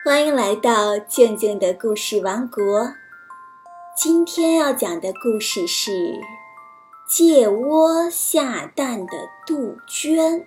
欢迎来到静静的故事王国。今天要讲的故事是借窝下蛋的杜鹃。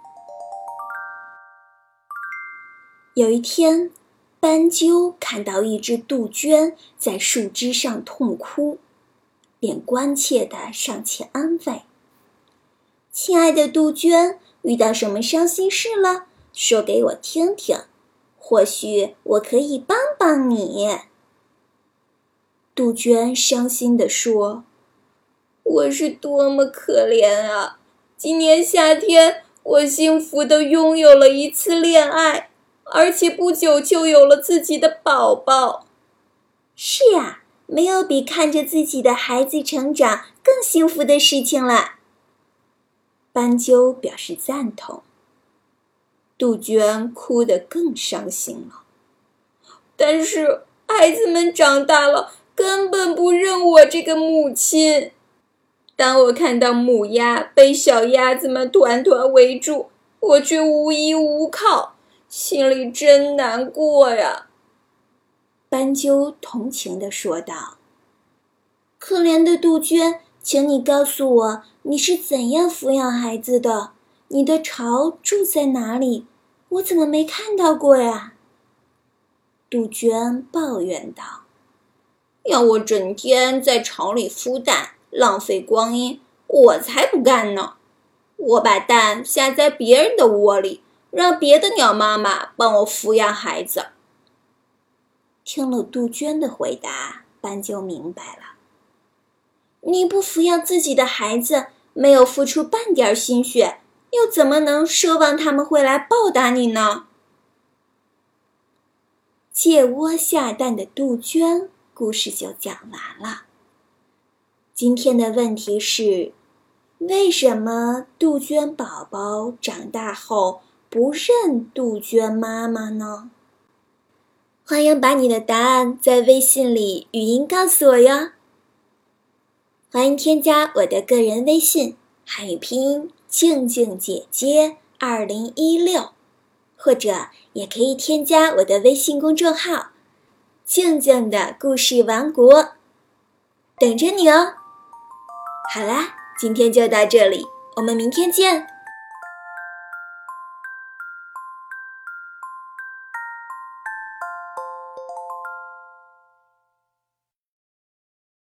有一天，斑鸠看到一只杜鹃在树枝上痛哭，便关切地上前安慰：亲爱的杜鹃，遇到什么伤心事了？说给我听听，或许我可以帮帮你。杜鹃伤心地说：我是多么可怜啊！今年夏天，我幸福地拥有了一次恋爱，而且不久就有了自己的宝宝。是啊，没有比看着自己的孩子成长更幸福的事情了。斑鸠表示赞同。杜鹃哭得更伤心了。但是孩子们长大了，根本不认我这个母亲。当我看到母鸭被小鸭子们团团围住，我却无依无靠，心里真难过呀。斑鸠同情地说道：可怜的杜鹃，请你告诉我，你是怎样抚养孩子的？你的巢住在哪里？我怎么没看到过呀？杜鹃抱怨道：要我整天在巢里孵蛋，浪费光阴，我才不干呢。我把蛋下在别人的窝里，让别的鸟妈妈帮我抚养孩子。听了杜鹃的回答，斑鸠明白了。你不抚养自己的孩子，没有付出半点心血，又怎么能奢望他们会来报答你呢？借窝下蛋的杜鹃故事就讲完了。今天的问题是，为什么杜鹃宝宝长大后不认杜鹃妈妈呢？欢迎把你的答案在微信里语音告诉我哟。欢迎添加我的个人微信，汉语拼音静静姐姐2016，或者也可以添加我的微信公众号静静的故事王国，等着你哦。好啦，今天就到这里，我们明天见。